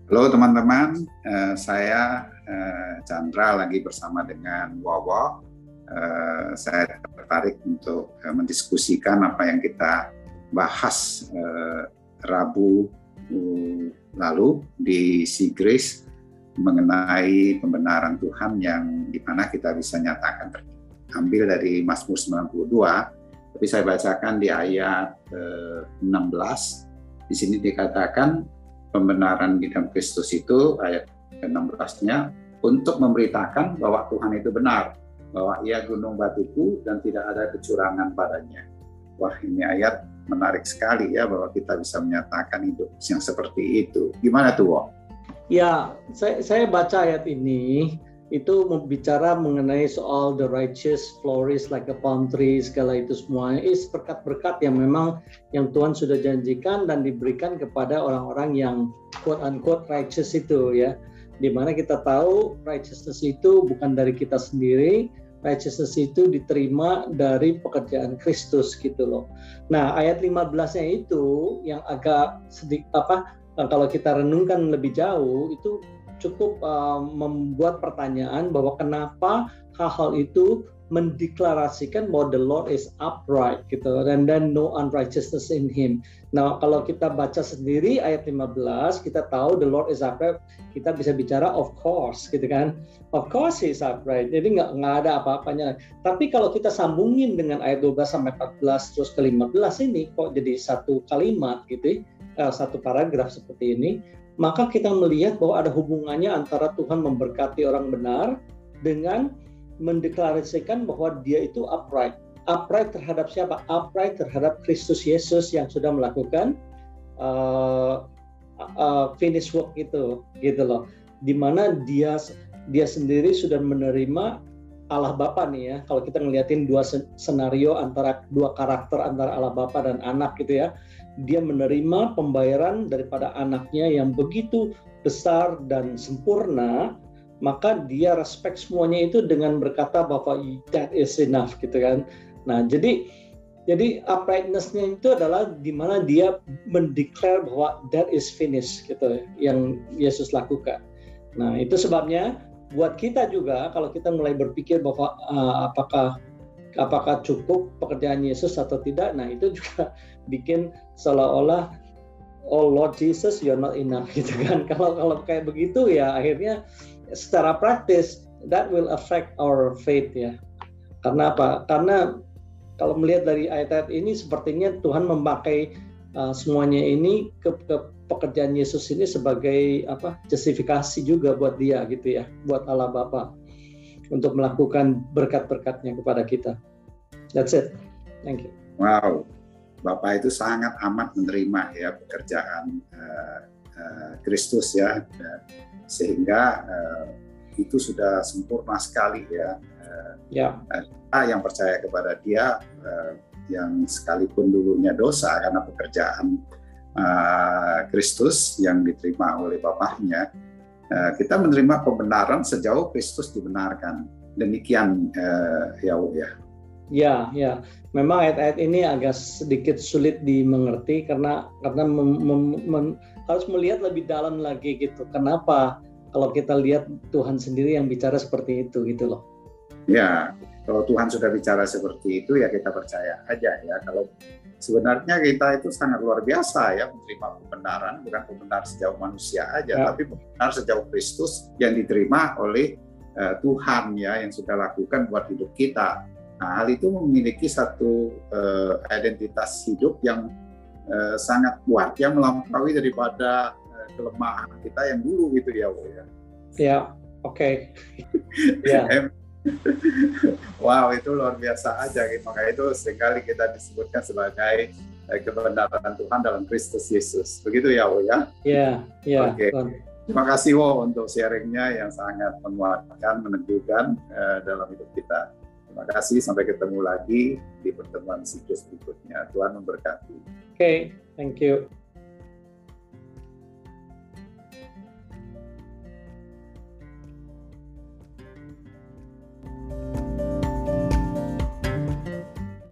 Halo teman-teman, saya Chandra lagi bersama dengan Wowo. Saya tertarik untuk mendiskusikan apa yang kita bahas Rabu lalu di Sea Grace mengenai pembenaran Tuhan yang di mana kita bisa nyatakan terambil dari Mazmur 92. Tapi saya bacakan di ayat 16. Di sini dikatakan pembenaran di dalam Kristus itu, ayat ke-16-nya, untuk memberitakan bahwa Tuhan itu benar, bahwa Ia gunung batuku dan tidak ada kecurangan padanya. Wah, ini ayat menarik sekali ya, bahwa kita bisa menyatakan hidup yang seperti itu. Gimana tuh, Wak? Ya, saya baca ayat ini, itu bicara mengenai soal the righteous flourish like a palm tree, segala itu semuanya berkat-berkat yang memang yang Tuhan sudah janjikan dan diberikan kepada orang-orang yang quote unquote righteous itu ya. Dimana kita tahu righteousness itu bukan dari kita sendiri, righteousness itu diterima dari pekerjaan Kristus gitu loh. Nah, ayat 15-nya itu yang agak sedikit kalau kita renungkan lebih jauh itu cukup membuat pertanyaan bahwa kenapa hal-hal itu mendeklarasikan bahwa the Lord is upright gitu, dan no unrighteousness in him. Nah, kalau kita baca sendiri ayat 15, kita tahu the Lord is upright, kita bisa bicara of course gitu kan. Of course he is upright. Jadi nggak ada apa-apanya. Tapi kalau kita sambungin dengan ayat 12 sampai 14 terus ke 15 ini kok jadi satu kalimat gitu, satu paragraf seperti ini, maka kita melihat bahwa ada hubungannya antara Tuhan memberkati orang benar dengan mendeklarasikan bahwa dia itu upright. Upright terhadap siapa? Upright terhadap Kristus Yesus yang sudah melakukan finish work itu, gitu loh. Dimana dia sendiri sudah menerima Allah Bapa nih ya. Kalau kita ngeliatin dua senario antara dua karakter antara Allah Bapa dan anak gitu ya. Dia menerima pembayaran daripada anaknya yang begitu besar dan sempurna, maka dia respect semuanya itu dengan berkata bahwa that is enough gitu kan. Nah, jadi uprightness-nya itu adalah di mana dia mendeklar bahwa that is finished gitu yang Yesus lakukan. Nah, itu sebabnya buat kita juga kalau kita mulai berpikir bahwa apakah cukup pekerjaan Yesus atau tidak, nah itu juga bikin seolah-olah oh Lord Jesus you're not enough gitu kan. Kalau kayak begitu ya akhirnya secara praktis that will affect our faith ya. Karena apa? Karena kalau melihat dari ayat-ayat ini sepertinya Tuhan memakai semuanya ini ke pekerjaan Yesus ini sebagai justifikasi juga buat dia gitu ya, buat Allah Bapa untuk melakukan berkat-berkatnya kepada kita. That's it. Thank you. Wow, Bapak itu sangat amat menerima ya pekerjaan Kristus ya, sehingga itu sudah sempurna sekali ya. Kita yang percaya kepada Dia, yang sekalipun dulunya dosa karena pekerjaan Kristus yang diterima oleh Bapaknya, kita menerima pembenaran sejauh Kristus dibenarkan. Demikian ya. Ya. Memang ayat-ayat ini agak sedikit sulit dimengerti karena harus melihat lebih dalam lagi gitu. Kenapa kalau kita lihat Tuhan sendiri yang bicara seperti itu gitu loh. Ya, kalau Tuhan sudah bicara seperti itu ya kita percaya aja ya. Kalau sebenarnya kita itu sangat luar biasa ya menerima pembenaran, bukan pembenaran sejauh manusia aja, tapi pembenaran sejauh Kristus yang diterima oleh Tuhan ya, yang sudah lakukan buat hidup kita. Nah, hal itu memiliki satu identitas hidup yang sangat kuat, yang melampaui daripada kelemahan kita yang dulu gitu ya, Wo ya. Ya, oke. Ya. Wow, itu luar biasa aja gitu. Makanya itu seringkali kita disebutkan sebagai kebenaran Tuhan dalam Kristus Yesus. Begitu ya, Wo ya? Iya. Oke. Terima kasih, Wo, untuk sharingnya yang sangat menguatkan, meneguhkan dalam hidup kita. Terima kasih, sampai ketemu lagi di pertemuan Sea Grace berikutnya. Tuhan memberkati. Oke, thank you.